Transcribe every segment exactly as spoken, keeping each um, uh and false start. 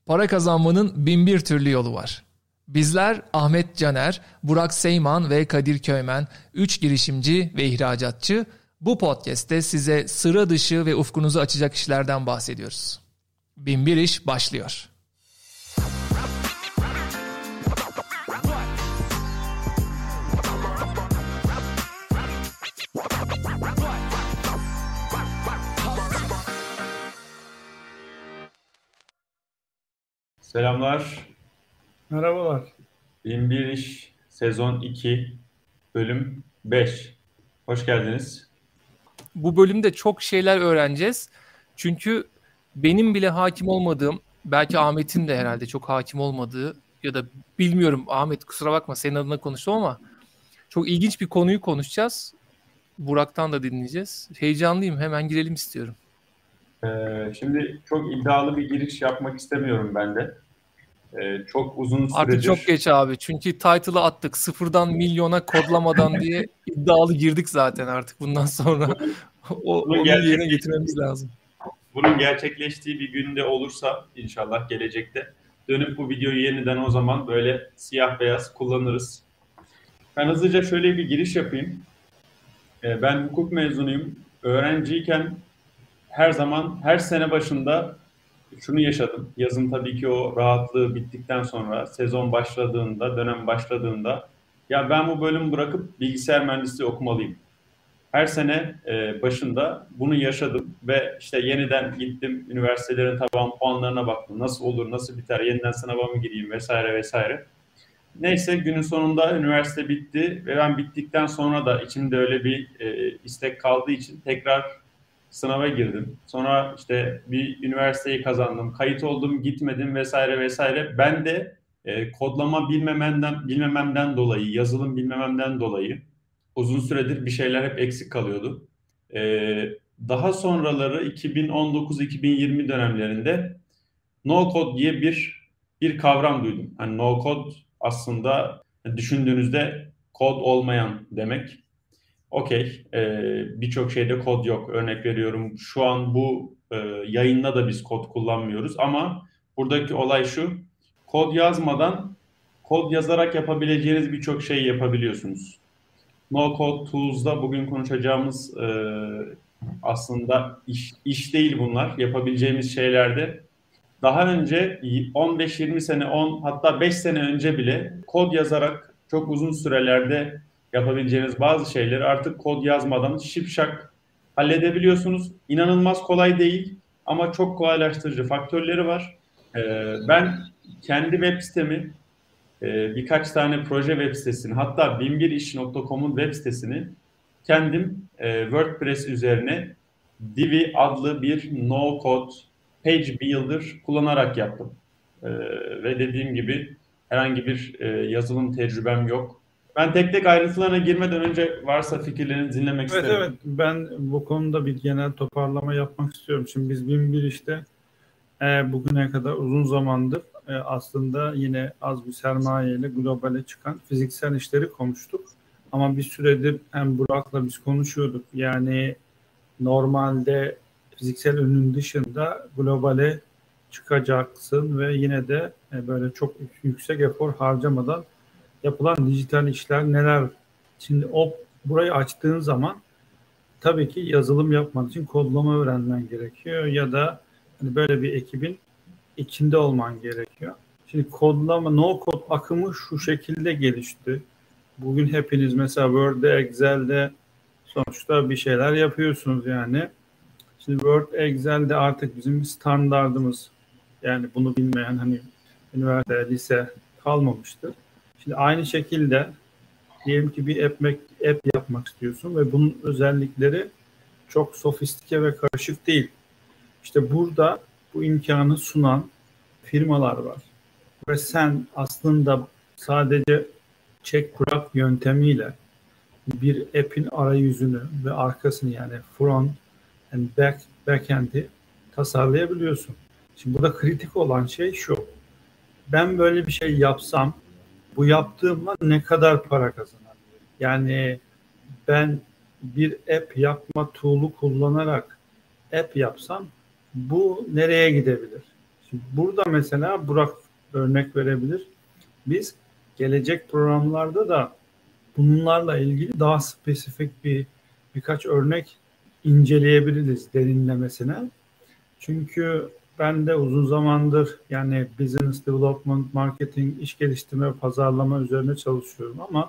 Para kazanmanın bin bir türlü yolu var. Bizler Ahmet Caner, Burak Seyman ve Kadir Köymen, üç girişimci ve ihracatçı, bu podcast'te size sıra dışı ve ufkunuzu açacak işlerden bahsediyoruz. bin bir iş başlıyor. Selamlar. Merhabalar. bin bir iş sezon iki bölüm beş. Hoş geldiniz. Bu bölümde çok şeyler öğreneceğiz. Çünkü benim bile hakim olmadığım, belki Ahmet'in de herhalde çok hakim olmadığı ya da bilmiyorum, Ahmet kusura bakma senin adına konuştum ama çok ilginç bir konuyu konuşacağız. Burak'tan da dinleyeceğiz. Heyecanlıyım, hemen girelim istiyorum. Ee, şimdi çok iddialı bir giriş yapmak istemiyorum ben de. Ee, çok uzun süredir... Artık çok geç abi. Çünkü title'ı attık. Sıfırdan milyona kodlamadan diye iddialı girdik zaten artık bundan sonra. o, Bunun onu gerçek... yerine getirmemiz lazım. Bunun gerçekleştiği bir günde olursa inşallah gelecekte dönüp bu videoyu yeniden o zaman böyle siyah beyaz kullanırız. Ben hızlıca şöyle bir giriş yapayım. Ee, ben hukuk mezunuyum. Öğrenciyken her zaman her sene başında şunu yaşadım. Yazın tabii ki o rahatlığı bittikten sonra, sezon başladığında, dönem başladığında ya ben bu bölümü bırakıp bilgisayar mühendisliği okumalıyım. Her sene e, başında bunu yaşadım ve işte yeniden gittim, üniversitelerin taban puanlarına baktım. Nasıl olur, nasıl biter, yeniden sınava mı gireyim vesaire vesaire. Neyse günün sonunda üniversite bitti ve ben bittikten sonra da içimde öyle bir e, istek kaldığı için tekrar sınava girdim. Sonra işte bir üniversiteyi kazandım. Kayıt oldum, gitmedim vesaire vesaire. Ben de e, kodlama bilmememden, bilmememden dolayı, yazılım bilmememden dolayı uzun süredir bir şeyler hep eksik kalıyordu. E, daha sonraları iki bin on dokuz iki bin yirmi dönemlerinde no code diye bir bir kavram duydum. Hani no code aslında düşündüğünüzde kod olmayan demek. Okey, ee, birçok şeyde kod yok. Örnek veriyorum, şu an bu e, yayında da biz kod kullanmıyoruz ama buradaki olay şu, kod yazmadan kod yazarak yapabileceğiniz birçok şeyi yapabiliyorsunuz. No Code Tools'da bugün konuşacağımız e, aslında iş, iş değil bunlar. Yapabileceğimiz şeylerde daha önce on beş yirmi sene, on hatta beş sene önce bile kod yazarak çok uzun sürelerde yapabileceğiniz bazı şeyleri artık kod yazmadan şipşak halledebiliyorsunuz. İnanılmaz kolay değil ama çok kolaylaştırıcı faktörleri var. Ee, ben kendi web sitemi, e, birkaç tane proje web sitesini, hatta bin bir iş nokta com'un web sitesini kendim e, WordPress üzerine Divi adlı bir no code page builder kullanarak yaptım. Ee, ve dediğim gibi herhangi bir e, yazılım tecrübem yok. Ben tek tek ayrıntılarına girmeden önce varsa fikirlerinizi dinlemek evet, isterim. Evet, ben bu konuda bir genel toparlama yapmak istiyorum. Şimdi biz bin bir işte e, bugüne kadar uzun zamandır e, aslında yine az bir sermayeyle globale çıkan fiziksel işleri konuştuk. Ama bir süredir hem Burak'la biz konuşuyorduk. Yani normalde fiziksel ürünün dışında globale çıkacaksın ve yine de e, böyle çok yüksek efor harcamadan yapılan dijital işler neler? Şimdi o burayı açtığın zaman tabii ki yazılım yapmak için kodlama öğrenmen gerekiyor ya da hani böyle bir ekibin içinde olman gerekiyor. Şimdi kodlama, no code akımı şu şekilde gelişti. Bugün hepiniz mesela Word'de, Excel'de sonuçta bir şeyler yapıyorsunuz yani. Şimdi Word, Excel'de artık bizim bir standardımız. Yani bunu bilmeyen hani üniversite, lise kalmamıştır. Şimdi aynı şekilde diyelim ki bir app, app yapmak istiyorsun ve bunun özellikleri çok sofistike ve karışık değil. İşte burada bu imkanı sunan firmalar var. Ve sen aslında sadece check bırak yöntemiyle bir app'in arayüzünü ve arkasını yani front and back, backend'i tasarlayabiliyorsun. Şimdi burada kritik olan şey şu. Ben böyle bir şey yapsam bu yaptığımla ne kadar para kazanırım? Yani ben bir app yapma tool'u kullanarak app yapsam bu nereye gidebilir? Burada mesela Burak örnek verebilir. Biz gelecek programlarda da bunlarla ilgili daha spesifik bir birkaç örnek inceleyebiliriz derinlemesine. Çünkü ben de uzun zamandır yani business development, marketing, iş geliştirme, pazarlama üzerine çalışıyorum ama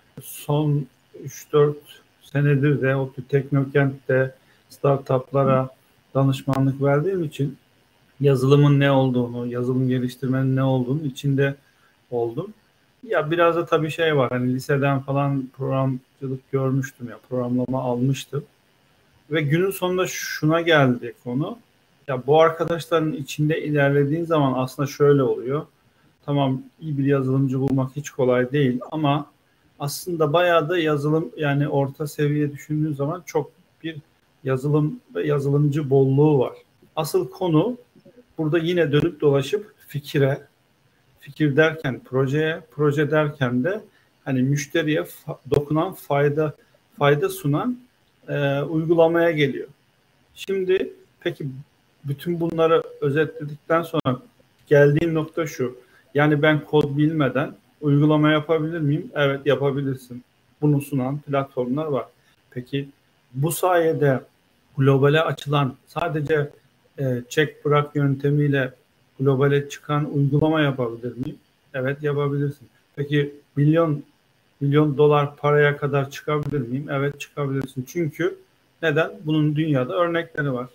son üç dört senedir de o Teknokent'te startuplara danışmanlık verdiğim için yazılımın ne olduğunu, yazılım geliştirmenin ne olduğunu içinde oldum. Ya biraz da tabii şey var, hani liseden falan programcılık görmüştüm ya, programlama almıştım. Ve günün sonunda şuna geldi konu. Ya bu arkadaşların içinde ilerlediğin zaman aslında şöyle oluyor. Tamam, iyi bir yazılımcı bulmak hiç kolay değil ama aslında bayağı da yazılım, yani orta seviye düşündüğün zaman çok bir yazılım ve yazılımcı bolluğu var. Asıl konu burada yine dönüp dolaşıp fikire, fikir derken projeye, proje derken de hani müşteriye fa- dokunan, fayda fayda sunan e, uygulamaya geliyor. Şimdi peki bütün bunları özetledikten sonra geldiğim nokta şu. Yani ben kod bilmeden uygulama yapabilir miyim? Evet, yapabilirsin. Bunu sunan platformlar var. Peki bu sayede globale açılan, sadece e, check bırak yöntemiyle globale çıkan uygulama yapabilir miyim? Evet, yapabilirsin. Peki milyon milyon dolar paraya kadar çıkabilir miyim? Evet, çıkabilirsin. Çünkü neden? Bunun dünyada örnekleri var.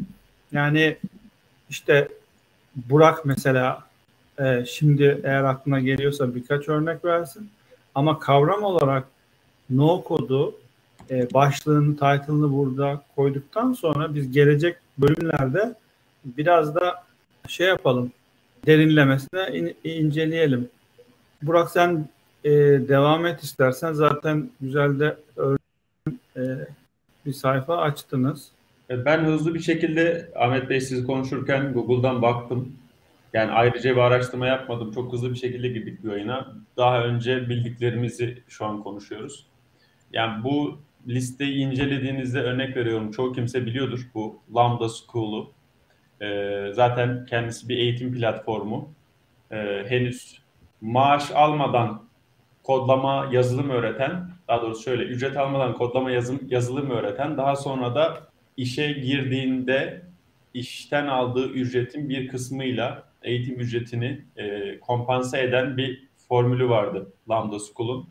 Yani işte Burak mesela e, şimdi eğer aklına geliyorsa birkaç örnek versin. Ama kavram olarak no kodu e, başlığını, title'ını burada koyduktan sonra biz gelecek bölümlerde biraz da şey yapalım, derinlemesine in, inceleyelim. Burak sen e, devam et istersen, zaten güzel de e, bir sayfa açtınız. Ben hızlı bir şekilde Ahmet Bey siz konuşurken Google'dan baktım. Yani ayrıca bir araştırma yapmadım. Çok hızlı bir şekilde girdik bir oyuna. Daha önce bildiklerimizi şu an konuşuyoruz. Yani bu listeyi incelediğinizde örnek veriyorum. Çoğu kimse biliyordur bu Lambda School'u. Ee, zaten kendisi bir eğitim platformu. Ee, henüz maaş almadan kodlama, yazılım öğreten, daha doğrusu şöyle ücret almadan kodlama, yazım, yazılım öğreten, daha sonra da işe girdiğinde işten aldığı ücretin bir kısmıyla eğitim ücretini e, kompanse eden bir formülü vardı Lambda School'un.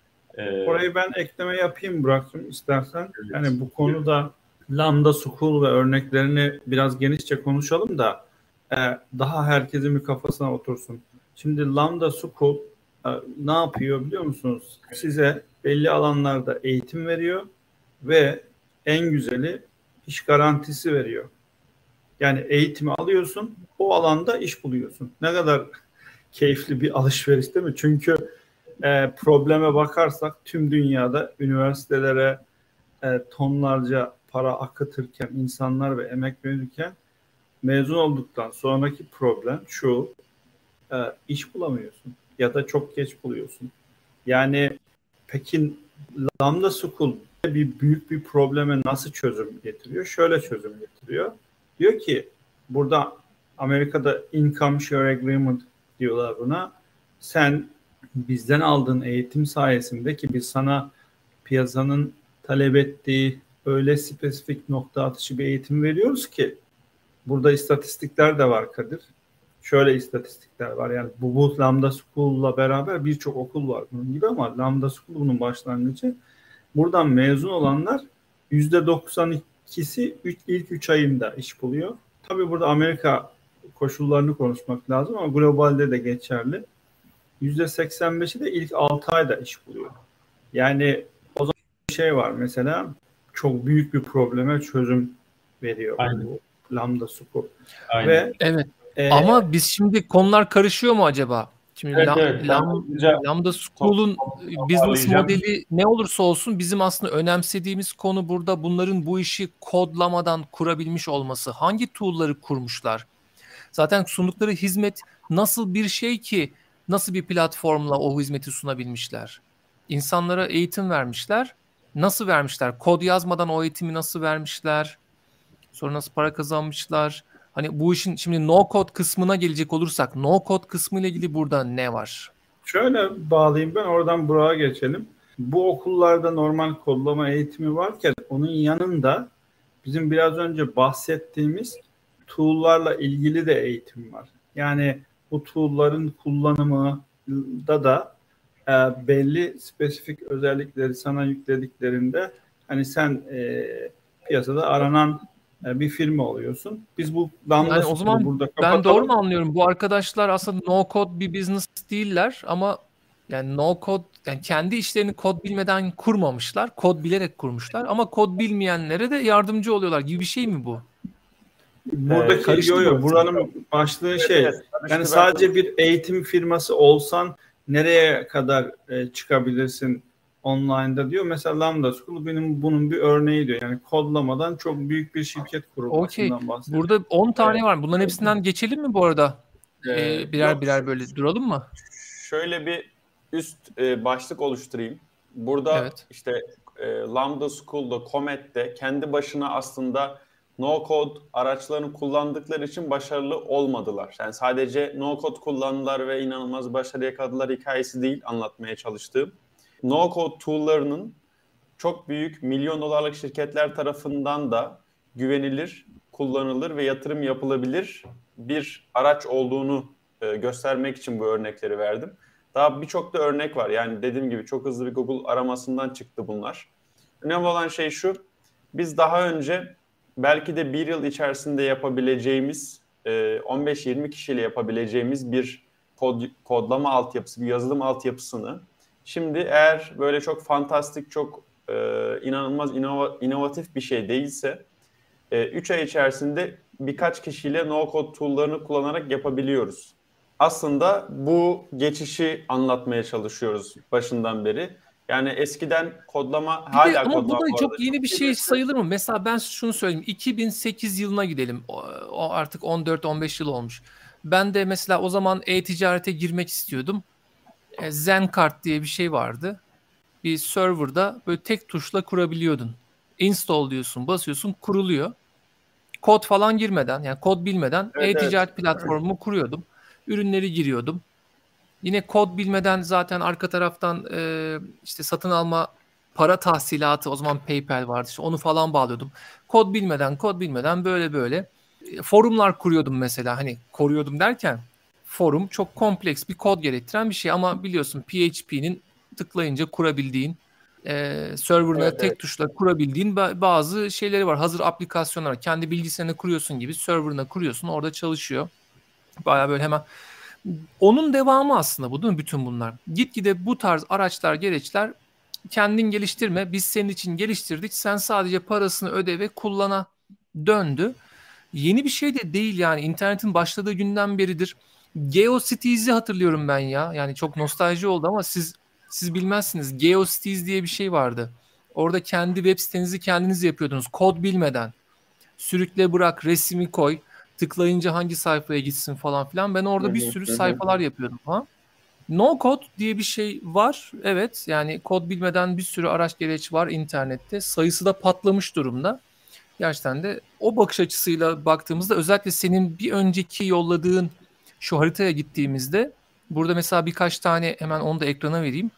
Ee, Orayı ben ekleme yapayım Burak'cığım istersen. Evet. Yani bu konuda Lambda School ve örneklerini biraz genişçe konuşalım da e, daha herkesin bir kafasına otursun. Şimdi Lambda School e, ne yapıyor biliyor musunuz? Size belli alanlarda eğitim veriyor ve en güzeli iş garantisi veriyor. Yani eğitimi alıyorsun, o alanda iş buluyorsun. Ne kadar keyifli bir alışveriş değil mi? Çünkü e, probleme bakarsak tüm dünyada üniversitelere e, tonlarca para akıtırken, insanlar ve emek verirken mezun olduktan sonraki problem şu: e, iş bulamıyorsun ya da çok geç buluyorsun. Yani peki Lambda School bir büyük bir probleme nasıl çözüm getiriyor? Şöyle çözüm getiriyor. Diyor ki burada Amerika'da income share agreement diyorlar buna. Sen bizden aldığın eğitim sayesinde, ki biz sana piyasanın talep ettiği öyle spesifik nokta atışı bir eğitim veriyoruz ki burada istatistikler de var Kadir. Şöyle istatistikler var, yani bu, bu Lambda School'la beraber birçok okul var bunun gibi ama Lambda School bunun başlangıcı. Buradan mezun olanlar yüzde doksan ikisi ilk üç ayında iş buluyor. Tabii burada Amerika koşullarını konuşmak lazım ama globalde de geçerli. yüzde seksen beşi de ilk altı ayda iş buluyor. Yani o zaman bir şey var mesela, çok büyük bir probleme çözüm veriyor Aynen. bu Lambda School. Aynen. Ve Evet. e, Ama biz şimdi konular karışıyor mu acaba? Şimdi Evet, La- evet. Ben Lam- hızlıca Lambda School'un business toparlayacağım. modeli ne olursa olsun bizim aslında önemsediğimiz konu burada bunların bu işi kodlamadan kurabilmiş olması. Hangi tool'ları kurmuşlar? Zaten sundukları hizmet nasıl bir şey ki nasıl bir platformla o hizmeti sunabilmişler? İnsanlara eğitim vermişler. Nasıl vermişler? Kod yazmadan o eğitimi nasıl vermişler? Sonra nasıl para kazanmışlar? Hani bu işin şimdi no code kısmına gelecek olursak no code kısmı ile ilgili burada ne var? Şöyle bağlayayım ben, oradan Burak'a geçelim. Bu okullarda normal kodlama eğitimi varken onun yanında bizim biraz önce bahsettiğimiz tool'larla ilgili de eğitim var. Yani bu tool'ların kullanımında da e, belli spesifik özellikleri sana yüklediklerinde hani sen e, piyasada aranan e, bir firma oluyorsun. Biz bu Lambda Yani o zaman burada ben kapatalım. doğru mu anlıyorum? Bu arkadaşlar aslında no code bir business değiller ama yani no code, yani kendi işlerini kod bilmeden kurmamışlar. Kod bilerek kurmuşlar ama kod bilmeyenlere de yardımcı oluyorlar gibi bir şey mi bu? Buradaki Karıştı yo yo mı? buranın başlığı Evet, şey. evet, karıştı. Yani Ben- sadece bir eğitim firması olsan nereye kadar e, çıkabilirsin online'da diyor. Mesela Lambda School benim bunun bir örneği diyor. Yani kodlamadan çok büyük bir şirket Okey. kurulmasından bahsediyor. Burada on tane var. Bunların hepsinden geçelim mi bu arada? Ee, Ee, birer yok, birer şu- böyle duralım mı? Şöyle bir üst e, başlık oluşturayım. Burada Evet. işte e, Lambda School'da, Comet'te kendi başına aslında no code araçlarını kullandıkları için başarılı olmadılar. Yani sadece no code kullandılar ve inanılmaz başarı yakaladılar hikayesi değil anlatmaya çalıştığım. No code tool'larının çok büyük milyon dolarlık şirketler tarafından da güvenilir, kullanılır ve yatırım yapılabilir bir araç olduğunu e, göstermek için bu örnekleri verdim. Daha birçok da örnek var. Yani dediğim gibi çok hızlı bir Google aramasından çıktı bunlar. Önemli olan şey şu, biz daha önce belki de bir yıl içerisinde yapabileceğimiz, e, on beş yirmi kişiyle yapabileceğimiz bir kod, kodlama altyapısı, bir yazılım altyapısını şimdi eğer böyle çok fantastik, çok e, inanılmaz inova, inovatif bir şey değilse üç ay içerisinde birkaç kişiyle no-code tool'larını kullanarak yapabiliyoruz. Aslında bu geçişi anlatmaya çalışıyoruz başından beri. Yani eskiden kodlama, Bir hala de ama kodlama bu da bu çok arada yeni bir çok şey kıymetli. sayılır mı? Mesela ben şunu söyleyeyim. iki bin sekiz yılına gidelim. O, o artık on dört on beş yıl olmuş. Ben de mesela o zaman e-ticarete girmek istiyordum. E, Zencard diye bir şey vardı. Bir serverda böyle tek tuşla kurabiliyordun. Install diyorsun, basıyorsun, kuruluyor. Kod falan girmeden, yani kod bilmeden Evet, e-ticaret evet. platformumu kuruyordum. Ürünleri giriyordum. Yine kod bilmeden zaten arka taraftan e, işte satın alma para tahsilatı, o zaman PayPal vardı, işte onu falan bağlıyordum. Kod bilmeden kod bilmeden böyle böyle e, forumlar kuruyordum mesela, hani koruyordum derken forum çok kompleks bir kod gerektiren bir şey ama biliyorsun P H P'nin tıklayınca kurabildiğin e, serverına Evet, tek evet. tuşla kurabildiğin ba- bazı şeyleri var. Hazır aplikasyonlar, kendi bilgisayarına kuruyorsun gibi serverına kuruyorsun, orada çalışıyor. Bayağı böyle hemen onun devamı aslında bu değil mi bütün bunlar? Gitgide bu tarz araçlar, gereçler kendin geliştirme. Biz senin için geliştirdik. Sen sadece parasını öde ve kullana döndü. Yeni bir şey de değil yani. İnternetin başladığı günden beridir. GeoCities'i hatırlıyorum ben ya. Yani çok nostalji oldu ama siz siz bilmezsiniz. GeoCities diye bir şey vardı. Orada kendi web sitenizi kendiniz yapıyordunuz. Kod bilmeden. Sürükle bırak, resmi koy. Tıklayınca hangi sayfaya gitsin falan filan. Ben orada bir sürü sayfalar yapıyordum falan. No code diye bir şey var. Evet, yani kod bilmeden bir sürü araç gereç var internette. Sayısı da patlamış durumda. Gerçekten de o bakış açısıyla baktığımızda, özellikle senin bir önceki yolladığın şu haritaya gittiğimizde, burada mesela birkaç tane, hemen onu da ekrana vereyim.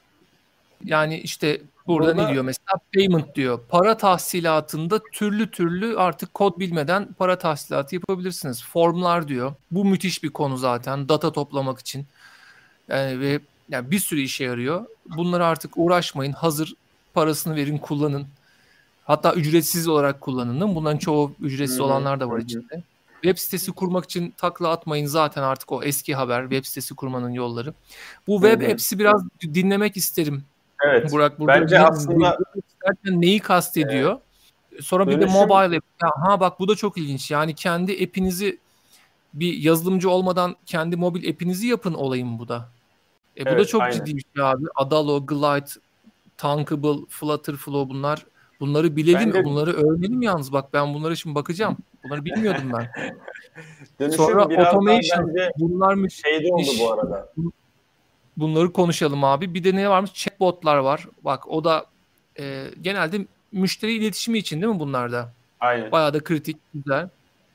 Yani işte burada, Burada- ne diyor mesela? Payment diyor. Para tahsilatında türlü türlü artık kod bilmeden para tahsilatı yapabilirsiniz. Formlar diyor. Bu müthiş bir konu zaten. Data toplamak için. Yani ve yani bir sürü işe yarıyor. Bunları artık uğraşmayın. Hazır, parasını verin, kullanın. Hatta ücretsiz olarak kullanın. Bunların çoğu ücretsiz Hı hı, olanlar da var hı hı. içinde. Web sitesi kurmak için takla atmayın, zaten artık o eski haber. Web sitesi kurmanın yolları. Bu web Hı hı. apps'i biraz dinlemek isterim. Evet. Burak burada Bence ne, aslında isterken neyi kastediyor? Sonra bir de dönüşüm- mobile app. Ya, ha bak, bu da çok ilginç. Yani kendi app'inizi, bir yazılımcı olmadan kendi mobil app'inizi yapın olayım bu da. E bu da Evet, çok aynen. ciddi bir şey abi. Adalo, Glide, Tankable, Flutterflow, bunlar. Bunları bilelim, Bence- bunları öğrenelim yalnız. Bak ben bunlara şimdi bakacağım. Bunları bilmiyordum ben. dönüşüm Sonra biraz daha automation, bence bunlarmış. şeyde oldu bu arada. Bunları konuşalım abi. Bir de ne varmış? Chatbotlar var. Bak o da e, genelde müşteri iletişimi için değil mi bunlar da? Aynen. Bayağı da kritik, güzel.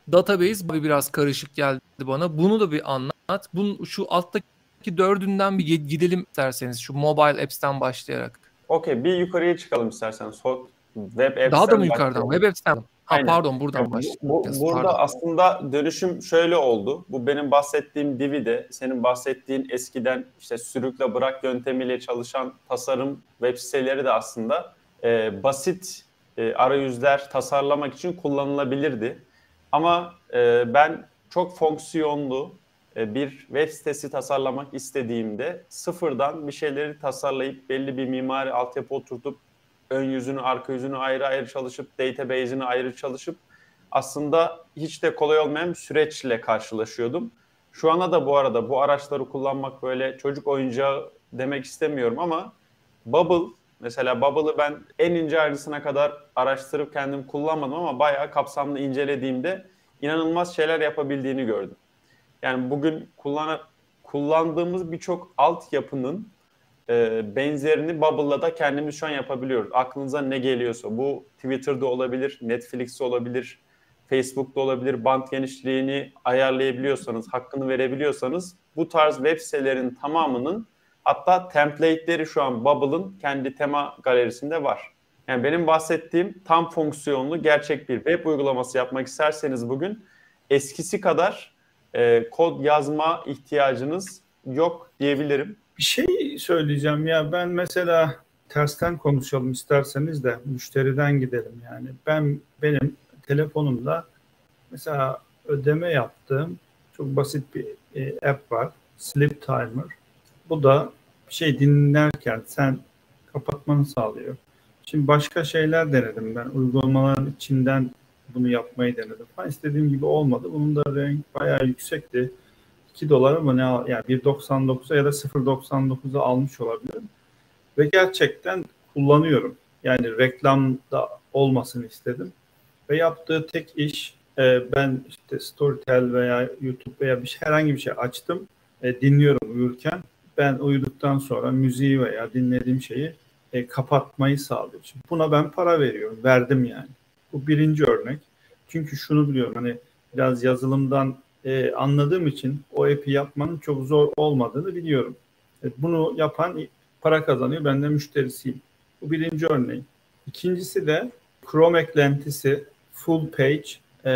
Database biraz karışık geldi bana. Bunu da bir anlat. Bunun, şu alttaki dördünden bir gidelim isterseniz. Şu mobile apps'ten başlayarak. Okey, bir yukarıya çıkalım istersen. So, web apps'ten Daha da mı yukarıdan? başlayalım. Web apps'ten. Ha Aynen. pardon buradan Yani bu, başlayacağız. bu, burada Pardon. aslında dönüşüm şöyle oldu. Bu benim bahsettiğim Divi de, senin bahsettiğin eskiden işte sürükle bırak yöntemiyle çalışan tasarım web siteleri de aslında e, basit e, arayüzler tasarlamak için kullanılabilirdi. Ama e, ben çok fonksiyonlu e, bir web sitesi tasarlamak istediğimde sıfırdan bir şeyleri tasarlayıp belli bir mimari altyapı oturtup ön yüzünü, arka yüzünü ayrı ayrı çalışıp, database'ini ayrı çalışıp aslında hiç de kolay olmayan bir süreçle karşılaşıyordum. Şu anda da bu arada bu araçları kullanmak böyle çocuk oyuncağı demek istemiyorum ama Bubble, mesela Bubble'ı ben en ince ayrıntısına kadar araştırıp kendim kullanmadım ama bayağı kapsamlı incelediğimde inanılmaz şeyler yapabildiğini gördüm. Yani bugün kullan kullandığımız birçok altyapının e, benzerini Bubble'la da kendimiz şu an yapabiliyoruz. Aklınıza ne geliyorsa, bu Twitter'da olabilir, Netflix'te olabilir, Facebook'ta olabilir, bant genişliğini ayarlayabiliyorsanız, hakkını verebiliyorsanız bu tarz web sitelerin tamamının hatta template'leri şu an Bubble'ın kendi tema galerisinde var. Yani benim bahsettiğim tam fonksiyonlu gerçek bir web uygulaması yapmak isterseniz bugün eskisi kadar e, kod yazma ihtiyacınız yok diyebilirim. Bir şey söyleyeceğim ya, ben mesela tersten konuşalım isterseniz de müşteriden gidelim yani. Ben benim telefonumda mesela ödeme yaptığım çok basit bir e, app var. Sleep Timer. Bu da bir şey dinlerken sen kapatmanı sağlıyor. Şimdi başka şeyler denedim ben. Uygulamaların içinden bunu yapmayı denedim. Ben istediğim gibi olmadı. Bunun da renk bayağı yüksekti. iki dolara mı ne, yani bir doksan dokuza ya da sıfır doksan dokuza almış olabilirim. Ve gerçekten kullanıyorum. Yani reklamda olmasını istedim. Ve yaptığı tek iş e, ben işte Storytel veya YouTube veya bir şey, herhangi bir şey açtım. E, dinliyorum uyurken. Ben uyuduktan sonra müziği veya dinlediğim şeyi e, kapatmayı sağlıyor. Şimdi buna ben para veriyorum. Verdim yani. Bu birinci örnek. Çünkü şunu biliyorum, hani biraz yazılımdan e, anladığım için o app'i yapmanın çok zor olmadığını biliyorum. E, bunu yapan para kazanıyor. Ben de müşterisiyim. Bu birinci örneği. İkincisi de Chrome eklentisi full page e,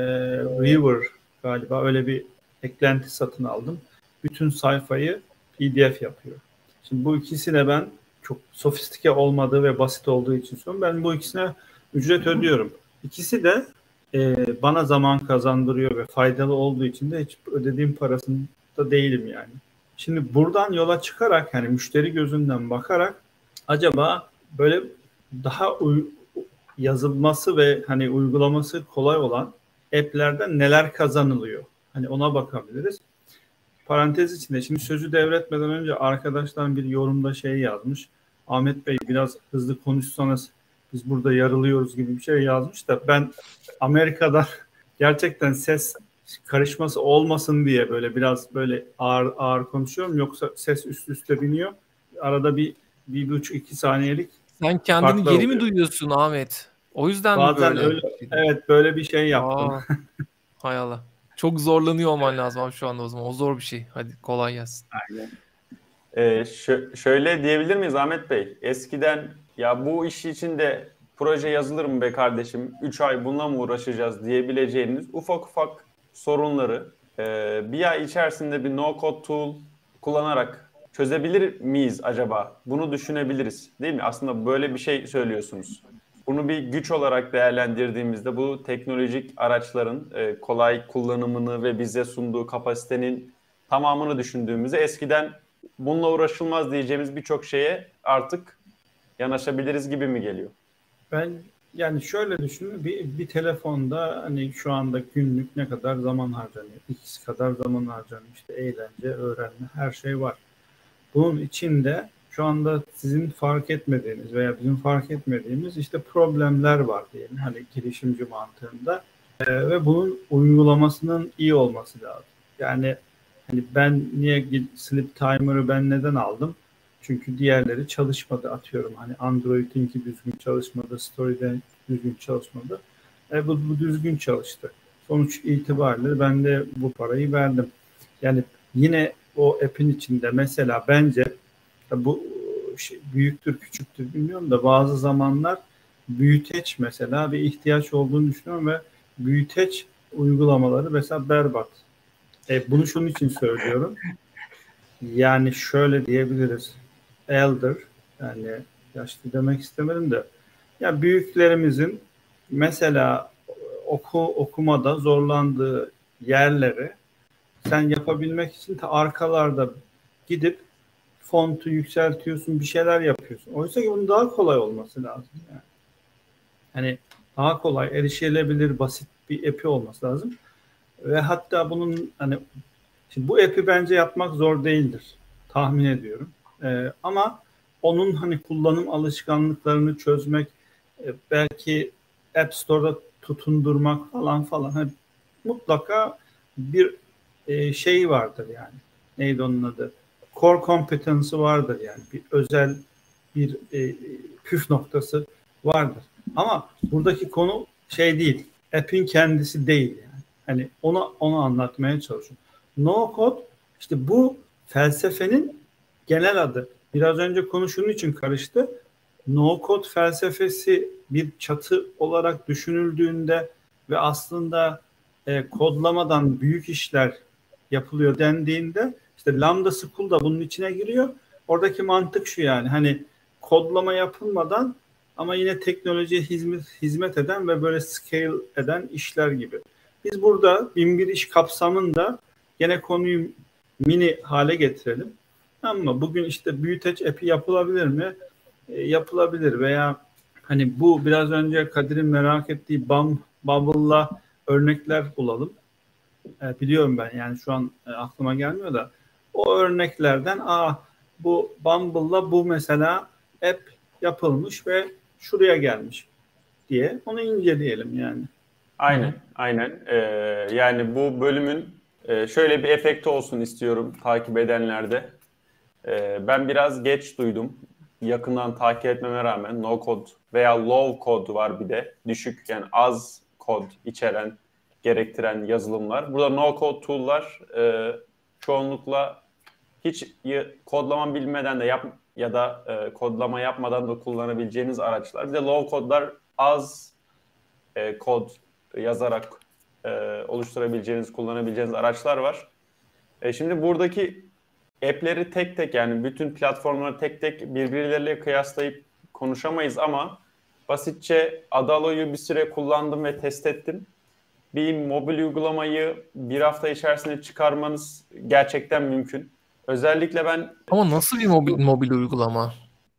Reader galiba, öyle bir eklenti satın aldım. Bütün sayfayı P D F yapıyor. Şimdi bu ikisine ben çok sofistike olmadığı ve basit olduğu için söylüyorum. Ben bu ikisine ücret ödüyorum. İkisi de e, bana zaman kazandırıyor ve faydalı olduğu için de hiç ödediğim parasında değilim yani. Şimdi buradan yola çıkarak, yani müşteri gözünden bakarak acaba böyle daha uy- yazılması ve hani uygulaması kolay olan app'lerden neler kazanılıyor? Hani ona bakabiliriz. Parantez içinde şimdi sözü devretmeden önce arkadaşlar bir yorumda şey yazmış. Ahmet Bey biraz hızlı konuşsanız biz burada yarılıyoruz gibi bir şey yazmış da ben Amerika'da gerçekten ses karışması olmasın diye böyle biraz böyle ağır ağır konuşuyorum. Yoksa ses üst üste biniyor. Arada bir bir buçuk iki saniyelik. Sen kendini geri mi duyuyorsun Ahmet? O yüzden bazen mi böyle? Öyle, evet böyle bir şey yaptım. Aa, hay Allah. Çok zorlanıyor olman lazım abi şu anda o zaman. O zor bir şey. Hadi kolay gelsin. Aynen. Ee, ş- şöyle diyebilir miyiz Ahmet Bey? Eskiden ya bu iş için de proje yazılır mı be kardeşim? üç ay bununla mı uğraşacağız diyebileceğiniz ufak ufak sorunları e, bir ay içerisinde bir no-code tool kullanarak çözebilir miyiz acaba? Bunu düşünebiliriz değil mi? Aslında böyle bir şey söylüyorsunuz. Bunu bir güç olarak değerlendirdiğimizde bu teknolojik araçların e, kolay kullanımını ve bize sunduğu kapasitenin tamamını düşündüğümüzde eskiden bununla uğraşılmaz diyeceğimiz birçok şeye artık yanaşabiliriz gibi mi geliyor? Ben yani şöyle düşünün, bir, bir telefonda hani şu anda günlük ne kadar zaman harcanıyor? X kadar zaman harcanıyor. İşte eğlence, öğrenme, her şey var. Bunun içinde şu anda sizin fark etmediğiniz veya bizim fark etmediğimiz işte problemler var diyelim. Hani girişimci mantığında ee, ve bunun uygulamasının iyi olması lazım. Yani hani ben niye Sleep Timer'ı ben neden aldım? Çünkü diğerleri çalışmadı, atıyorum. Hani Android'inki düzgün çalışmadı, Story'den düzgün çalışmadı. E, bu, bu düzgün çalıştı. sonuç itibariyle ben de bu parayı verdim. Yani yine o app'in içinde mesela bence bu şey, büyüktür küçüktür bilmiyorum da bazı zamanlar büyüteç mesela bir ihtiyaç olduğunu düşünüyorum ve büyüteç uygulamaları mesela berbat. E, bunu şunun için söylüyorum. Yani şöyle diyebiliriz. Elder, yani yaşlı demek istemedim de ya büyüklerimizin mesela oku okumada zorlandığı yerleri sen yapabilmek için de arkalarda gidip fontu yükseltiyorsun, bir şeyler yapıyorsun. Oysa ki bunun daha kolay olması lazım. Yani. Hani daha kolay, erişilebilir, basit bir app'i olması lazım. Ve hatta bunun hani şimdi bu app'i bence yapmak zor değildir. Tahmin ediyorum. Ee, ama onun hani kullanım alışkanlıklarını çözmek, e, belki App Store'da tutundurmak falan falan. Hani mutlaka bir e, şey vardır yani. Neydi onun adı? Core competence'ı vardır yani. Bir özel bir e, püf noktası vardır. Ama buradaki konu şey değil. App'in kendisi değil yani. Hani onu onu anlatmaya çalışıyorum. No code işte bu felsefenin genel adı. Biraz önce konu şunun için karıştı. No code felsefesi bir çatı olarak düşünüldüğünde ve aslında e, kodlamadan büyük işler yapılıyor dendiğinde işte Lambda School da bunun içine giriyor. Oradaki mantık şu yani hani kodlama yapılmadan ama yine teknolojiye hizmet, hizmet eden ve böyle scale eden işler gibi. Biz burada bin bir iş kapsamında gene konuyu mini hale getirelim. Ama bugün işte büyüteç app'i yapılabilir mi? E, yapılabilir veya hani bu biraz önce Kadir'in merak ettiği Bum, Bubble'la örnekler bulalım. E, biliyorum ben yani şu an e, aklıma gelmiyor da o örneklerden aa bu Bumble'la bu mesela app yapılmış ve şuraya gelmiş diye onu inceleyelim yani. Aynen, Hı. aynen. Ee, yani bu bölümün e, şöyle bir efekti olsun istiyorum takip edenlerde. Ee, ben biraz geç duydum. Yakından takip etmeme rağmen no code veya low code var bir de. Düşük yani az kod içeren, gerektiren yazılımlar. Burada no code tool'lar e, çoğunlukla hiç y- kodlama bilmeden de yap ya da e, kodlama yapmadan da kullanabileceğiniz araçlar. Bir de low code'lar az e, kod yazarak e, oluşturabileceğiniz, kullanabileceğiniz araçlar var. E, şimdi buradaki app'leri tek tek yani bütün platformları tek tek birbirleriyle kıyaslayıp konuşamayız ama basitçe Adalo'yu bir süre kullandım ve test ettim. Bir mobil uygulamayı bir hafta içerisinde çıkarmanız gerçekten mümkün. Özellikle ben Ama nasıl bir mobil, mobil uygulama?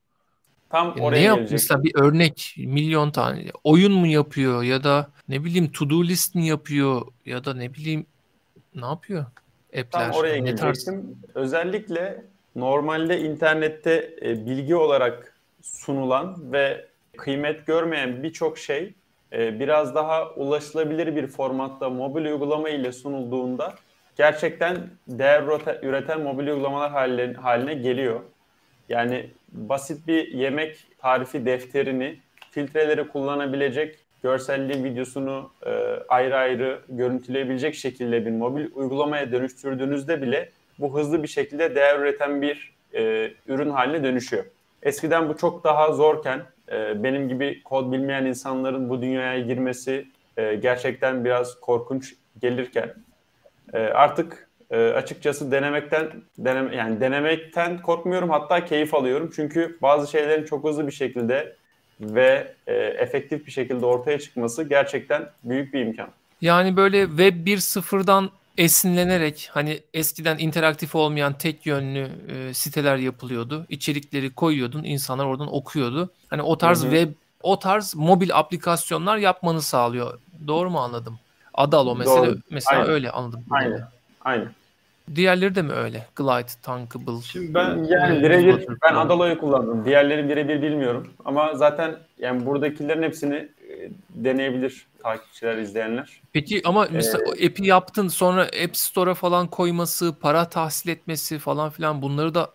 tam Ya ne oraya yap gelecektim. mesela bir örnek milyon tane oyun mu yapıyor ya da ne bileyim to do list mi yapıyor ya da ne bileyim ne yapıyor Tam app'ler oraya yani ne tarz? gelecektim. Özellikle normalde internette e, bilgi olarak sunulan ve kıymet görmeyen birçok şey e, biraz daha ulaşılabilir bir formatta mobil uygulama ile sunulduğunda gerçekten değer üreten mobil uygulamalar haline, haline geliyor. Yani basit bir yemek tarifi defterini filtreleri kullanabilecek, görselliği, videosunu e, ayrı ayrı görüntüleyebilecek şekilde bir mobil uygulamaya dönüştürdüğünüzde bile bu hızlı bir şekilde değer üreten bir e, ürün haline dönüşüyor. Eskiden bu çok daha zorken e, benim gibi kod bilmeyen insanların bu dünyaya girmesi e, gerçekten biraz korkunç gelirken e, artık e, açıkçası denemekten deneme, yani denemekten korkmuyorum, hatta keyif alıyorum. Çünkü bazı şeylerin çok hızlı bir şekilde ve e, efektif bir şekilde ortaya çıkması gerçekten büyük bir imkan. Yani böyle Web bir nokta sıfırdan esinlenerek hani eskiden interaktif olmayan tek yönlü e, siteler yapılıyordu. İçerikleri koyuyordun, insanlar oradan okuyordu. Hani o Hı tarz hı. web, o tarz mobil aplikasyonlar yapmanı sağlıyor. Doğru mu anladım? Adalo mesela Doğru. mesela Aynen. öyle anladım Aynen. kadarıyla. Aynen. Diğerleri de mi öyle? Glide, Tankable, Şimdi ben Yani e, e, birebir Flutter ben falan. Adalo'yu kullandım. Diğerleri birebir bilmiyorum. Ama zaten yani buradakilerin hepsini e, deneyebilir takipçiler, izleyenler. Peki ama E, mesela o app'i yaptın sonra App Store'a falan koyması, para tahsil etmesi falan filan bunları da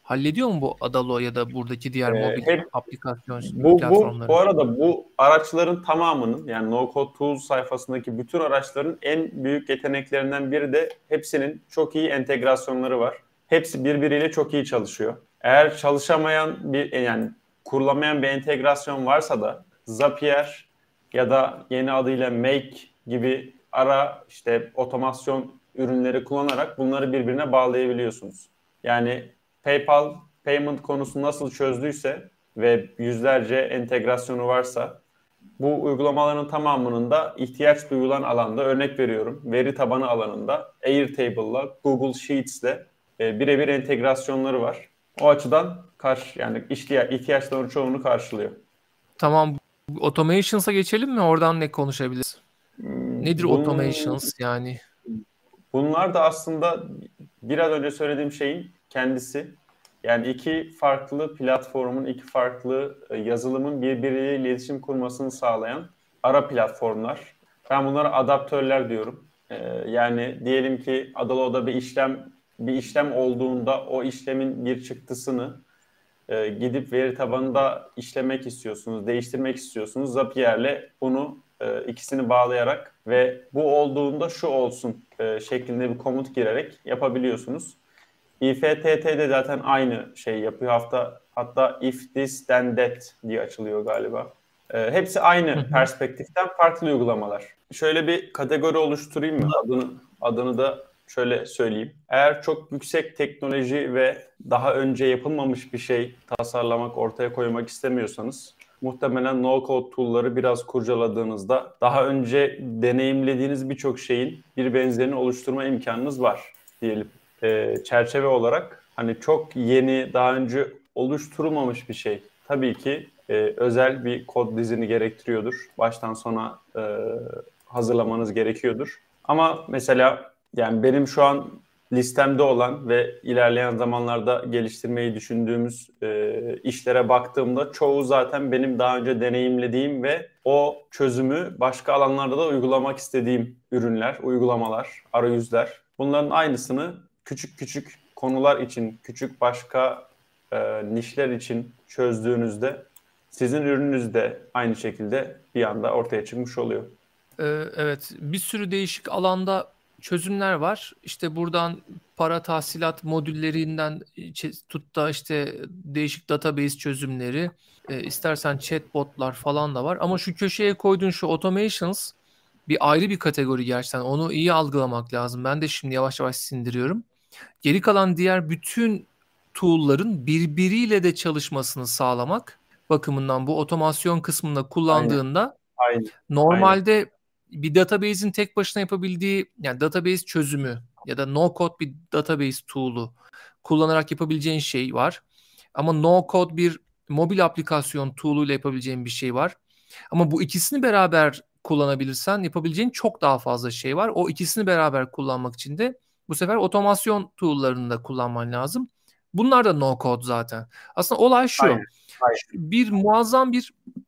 hallediyor mu bu Adalo ya da buradaki diğer Ee, mobil hep aplikasyon bu, bu, platformları? bu arada bu araçların tamamının, yani No Code Tools sayfasındaki bütün araçların en büyük yeteneklerinden biri de hepsinin çok iyi entegrasyonları var. Hepsi birbiriyle çok iyi çalışıyor. Eğer çalışamayan bir, yani kurulamayan bir entegrasyon varsa da Zapier ya da yeni adıyla Make gibi ara işte otomasyon ürünleri kullanarak bunları birbirine bağlayabiliyorsunuz. Yani PayPal payment konusunu nasıl çözdüyse ve yüzlerce entegrasyonu varsa, bu uygulamaların tamamının da ihtiyaç duyulan alanda, örnek veriyorum, veri tabanı alanında Airtable'la, Google Sheets'le e, birebir entegrasyonları var. O açıdan karşı, yani ihtiyaçların çoğunu karşılıyor. Tamam. Automations'a geçelim mi? Oradan ne konuşabiliriz? Nedir Bunun, automations yani? Bunlar da aslında biraz önce söylediğim şeyin kendisi. Yani iki farklı platformun, iki farklı yazılımın birbiriyle iletişim kurmasını sağlayan ara platformlar. Ben bunlara adaptörler diyorum. Yani diyelim ki Adalo'da bir işlem bir işlem olduğunda o işlemin bir çıktısını gidip veri tabanında işlemek istiyorsunuz, değiştirmek istiyorsunuz. Zapier'le bunu ikisini bağlayarak ve bu olduğunda şu olsun şeklinde bir komut girerek yapabiliyorsunuz. I F T T de zaten aynı şey yapıyor. Hafta, hatta if this then that diye açılıyor galiba. E, hepsi aynı hı hı. perspektiften farklı uygulamalar. Şöyle bir kategori oluşturayım mı? Adını, adını da şöyle söyleyeyim. Eğer çok yüksek teknoloji ve daha önce yapılmamış bir şey tasarlamak, ortaya koymak istemiyorsanız, muhtemelen no-code tool'ları biraz kurcaladığınızda daha önce deneyimlediğiniz birçok şeyin bir benzerini oluşturma imkanınız var diyelim. E, çerçeve olarak hani çok yeni, daha önce oluşturulmamış bir şey tabii ki e, özel bir kod dizini gerektiriyordur. Baştan sona e, hazırlamanız gerekiyordur. Ama mesela yani benim şu an listemde olan ve ilerleyen zamanlarda geliştirmeyi düşündüğümüz e, işlere baktığımda çoğu zaten benim daha önce deneyimlediğim ve o çözümü başka alanlarda da uygulamak istediğim ürünler, uygulamalar, arayüzler. Bunların aynısını küçük küçük konular için, küçük başka e, nişler için çözdüğünüzde sizin ürününüz de aynı şekilde bir anda ortaya çıkmış oluyor. Ee, evet, bir sürü değişik alanda çözümler var. İşte buradan para tahsilat modüllerinden tut da işte değişik database çözümleri, e, istersen chatbotlar falan da var. Ama şu köşeye koyduğun şu automations bir ayrı bir kategori gerçekten. Onu iyi algılamak lazım. Ben de şimdi yavaş yavaş sindiriyorum. Geri kalan diğer bütün tool'ların birbiriyle de çalışmasını sağlamak bakımından bu otomasyon kısmında kullandığında Aynen. Aynen. normalde Aynen. bir database'in tek başına yapabildiği, yani database çözümü ya da no code bir database tool'u kullanarak yapabileceğin şey var. Ama no code bir mobil aplikasyon tool'uyla yapabileceğin bir şey var. Ama bu ikisini beraber kullanabilirsen yapabileceğin çok daha fazla şey var. O ikisini beraber kullanmak için de bu sefer otomasyon tool'larını da kullanman lazım. Bunlar da no code zaten. Aslında olay şu. Aynen, aynen. Bir muazzam bir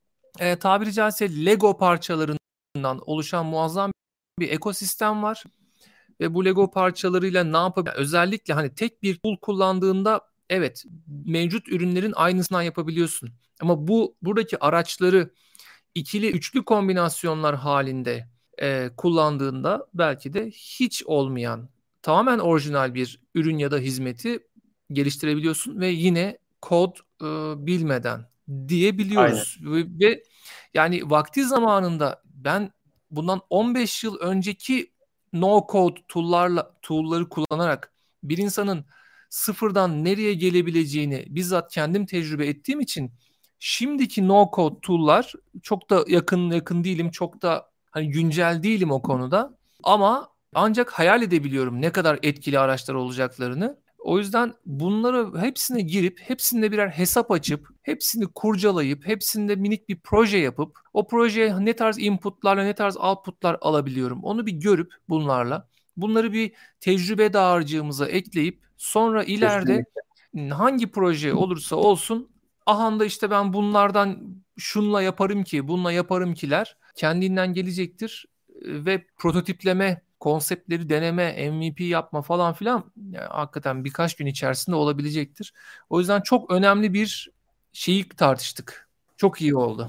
e, tabiri caizse Lego parçalarından oluşan muazzam bir ekosistem var. Ve bu Lego parçalarıyla ne yapabilir? Özellikle hani tek bir tool kullandığında evet mevcut ürünlerin aynısından yapabiliyorsun. Ama bu buradaki araçları ikili üçlü kombinasyonlar halinde e, kullandığında belki de hiç olmayan tamamen orijinal bir ürün ya da hizmeti geliştirebiliyorsun ve yine kod e, bilmeden diyebiliyoruz. Ve, ve yani vakti zamanında ben bundan on beş yıl önceki no code tool'larla tool'ları kullanarak bir insanın sıfırdan nereye gelebileceğini bizzat kendim tecrübe ettiğim için şimdiki no code tool'lar çok da yakın yakın değilim, çok da hani güncel değilim o konuda ama ancak hayal edebiliyorum ne kadar etkili araçlar olacaklarını. O yüzden bunları hepsine girip, hepsinde birer hesap açıp, hepsini kurcalayıp, hepsinde minik bir proje yapıp, o projeye ne tarz inputlarla ne tarz outputlar alabiliyorum onu bir görüp bunlarla, bunları bir tecrübe dağarcığımıza ekleyip sonra ileride kesinlikle hangi proje olursa olsun ahanda işte ben bunlardan şunla yaparım ki, bununla yaparım kiler kendinden gelecektir ve prototipleme konseptleri deneme, M V P yapma falan filan yani hakikaten birkaç gün içerisinde olabilecektir. O yüzden çok önemli bir şeyi tartıştık. Çok iyi oldu.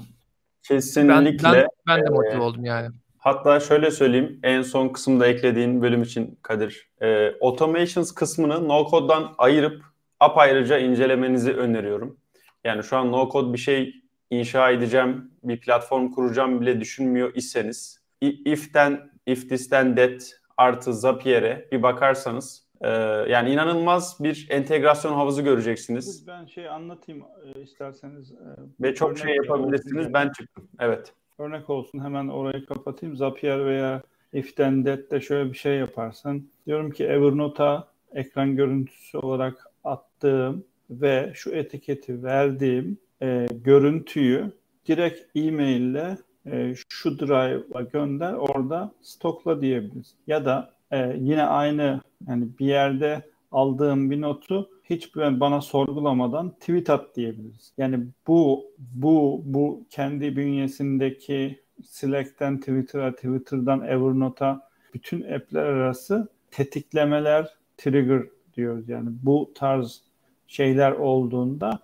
Ben ben Kesinlikle. ben de Ee, motive oldum yani. Hatta şöyle söyleyeyim, en son kısımda eklediğin bölüm için Kadir, e, automations kısmını no code'dan ayırıp apayrıca incelemenizi öneriyorum. Yani şu an no code bir şey inşa edeceğim, bir platform kuracağım bile düşünmüyor iseniz, if'ten, if this'ten that artı Zapier'e bir bakarsanız, e, yani inanılmaz bir entegrasyon havuzu göreceksiniz. Ben şey anlatayım e, isterseniz. E, Ve çok örnek şey yapabilirsiniz. olsun. Ben çıktım. Evet. Örnek olsun, hemen orayı kapatayım. Zapier veya if'ten that'te şöyle bir şey yaparsın. Diyorum ki Evernote'a ekran görüntüsü olarak attığım ve şu etiketi verdiğim e, görüntüyü direkt e-maille e, şu drive'a gönder, orada stokla diyebiliriz. Ya da e, yine aynı, yani bir yerde aldığım bir notu hiç bana sorgulamadan tweet at diyebiliriz. Yani bu bu bu kendi bünyesindeki Slack'ten Twitter'a, Twitter'dan Evernote'a bütün app'ler arası tetiklemeler, trigger diyoruz. Yani bu tarz şeyler olduğunda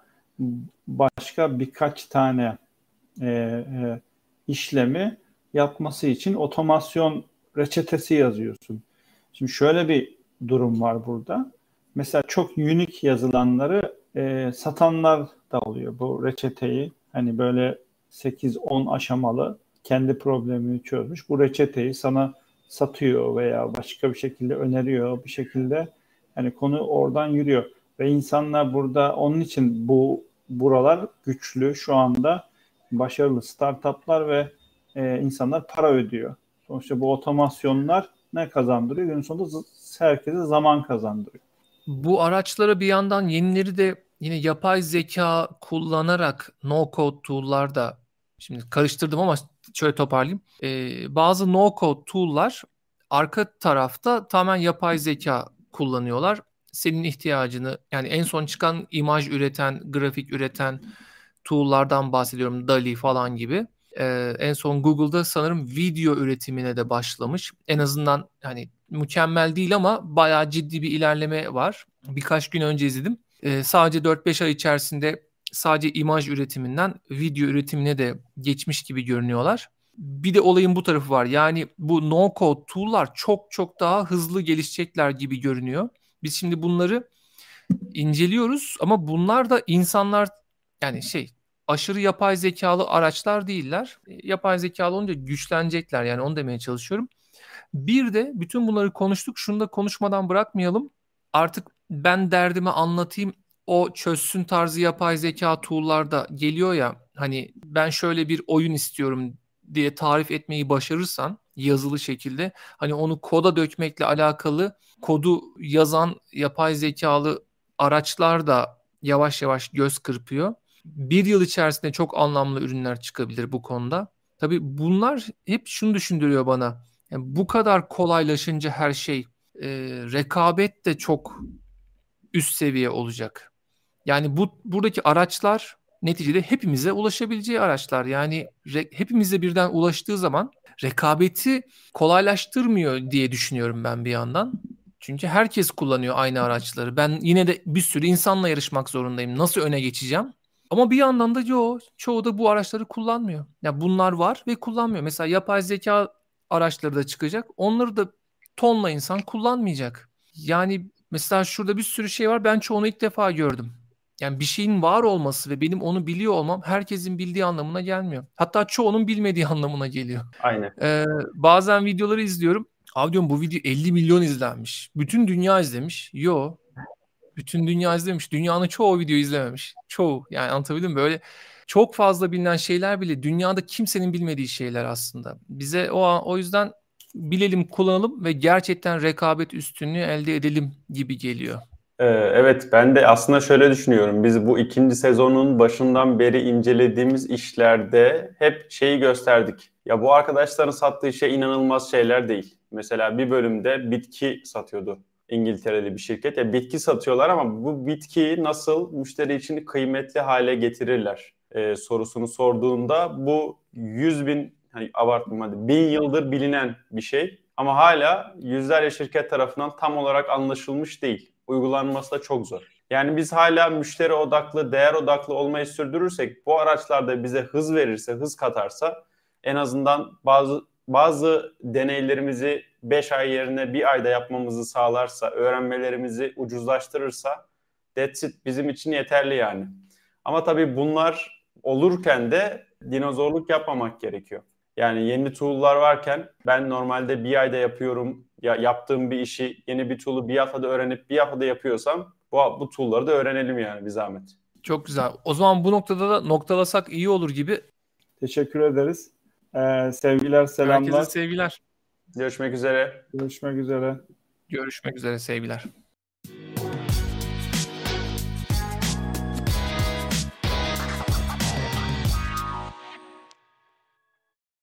başka birkaç tane e, e, işlemi yapması için otomasyon reçetesi yazıyorsun. Şimdi şöyle bir durum var burada. Mesela çok unique yazılanları e, satanlar da oluyor bu reçeteyi. Hani böyle sekiz on aşamalı kendi problemini çözmüş. Bu reçeteyi sana satıyor veya başka bir şekilde öneriyor. Bir şekilde hani konu oradan yürüyor. Ve insanlar burada onun için bu buralar güçlü şu anda, başarılı startuplar ve e, insanlar para ödüyor. Sonuçta bu otomasyonlar ne kazandırıyor? Günün sonunda herkese zaman kazandırıyor. Bu araçlara bir yandan yenileri de yine yapay zeka kullanarak no code tool'lar da, şimdi karıştırdım ama şöyle toparlayayım. Ee, bazı no code tool'lar arka tarafta tamamen yapay zeka kullanıyorlar. Senin ihtiyacını, yani en son çıkan imaj üreten, grafik üreten tool'lardan bahsediyorum. DALL-E falan gibi. Ee, en son Google'da sanırım video üretimine de başlamış. En azından hani mükemmel değil ama bayağı ciddi bir ilerleme var. Birkaç gün önce izledim. Ee, sadece dört beş ay içerisinde sadece imaj üretiminden video üretimine de geçmiş gibi görünüyorlar. Bir de olayın bu tarafı var. Yani bu no code tool'lar çok çok daha hızlı gelişecekler gibi görünüyor. Biz şimdi bunları inceliyoruz ama bunlar da insanlar, yani şey, aşırı yapay zekalı araçlar değiller. Yapay zekalı olunca güçlenecekler, yani onu demeye çalışıyorum. Bir de bütün bunları konuştuk. Şunu da konuşmadan bırakmayalım. Artık ben derdimi anlatayım, o çözsün tarzı yapay zeka tool'larda geliyor ya. Hani ben şöyle bir oyun istiyorum diye tarif etmeyi başarırsan yazılı şekilde, hani onu koda dökmekle alakalı kodu yazan yapay zekalı araçlar da yavaş yavaş göz kırpıyor. Bir yıl içerisinde çok anlamlı ürünler çıkabilir bu konuda. Tabii bunlar hep şunu düşündürüyor bana. Yani bu kadar kolaylaşınca her şey, e, rekabet de çok üst seviye olacak. Yani bu buradaki araçlar neticede hepimize ulaşabileceği araçlar. Yani re, hepimize birden ulaştığı zaman rekabeti kolaylaştırmıyor diye düşünüyorum ben bir yandan. Çünkü herkes kullanıyor aynı araçları. Ben yine de bir sürü insanla yarışmak zorundayım. Nasıl öne geçeceğim? Ama bir yandan da yo, çoğu da bu araçları kullanmıyor. Ya bunlar var ve kullanmıyor. Mesela yapay zeka araçları da çıkacak. Onları da tonla insan kullanmayacak. Yani mesela şurada bir sürü şey var. Ben çoğunu ilk defa gördüm. Yani bir şeyin var olması ve benim onu biliyor olmam herkesin bildiği anlamına gelmiyor. Hatta çoğunun bilmediği anlamına geliyor. Aynen. Ee, bazen videoları izliyorum. Abi diyorum, bu video elli milyon izlenmiş. Bütün dünya izlemiş. Yo. Bütün dünya izlemiş. Dünyanın çoğu video izlememiş. Çoğu. Yani anlatabildim mi? Böyle çok fazla bilinen şeyler bile dünyada kimsenin bilmediği şeyler aslında. Bize o o yüzden bilelim, kullanalım ve gerçekten rekabet üstünlüğü elde edelim gibi geliyor. Ee, Evet, ben de aslında şöyle düşünüyorum. Biz bu ikinci sezonun başından beri incelediğimiz işlerde hep şeyi gösterdik. Ya bu arkadaşların sattığı şey inanılmaz şeyler değil. Mesela bir bölümde bitki satıyordu İngiltere'li bir şirket. Ya bitki satıyorlar ama bu bitkiyi nasıl müşteri için kıymetli hale getirirler ee, sorusunu sorduğunda bu yüz bin, hani abartmayayım hadi, bin yıldır bilinen bir şey. Ama hala yüzlerce şirket tarafından tam olarak anlaşılmış değil. Uygulanması da çok zor. Yani biz hala müşteri odaklı, değer odaklı olmayı sürdürürsek, bu araçlarda bize hız verirse, hız katarsa, en azından bazı bazı deneylerimizi beş ay yerine bir ayda yapmamızı sağlarsa, öğrenmelerimizi ucuzlaştırırsa, that's it, bizim için yeterli yani. Ama tabii bunlar olurken de dinozorluk yapmamak gerekiyor. Yani yeni tool'lar varken ben normalde bir ayda yapıyorum, ya yaptığım bir işi yeni bir tool'u bir haftada öğrenip bir haftada yapıyorsam bu, bu tool'ları da öğrenelim yani bir zahmet. Çok güzel. O zaman bu noktada da noktalasak iyi olur gibi. Teşekkür ederiz. Ee, sevgiler, selamlar. Herkese sevgiler. Görüşmek üzere. Görüşmek üzere. Görüşmek üzere sevgiler.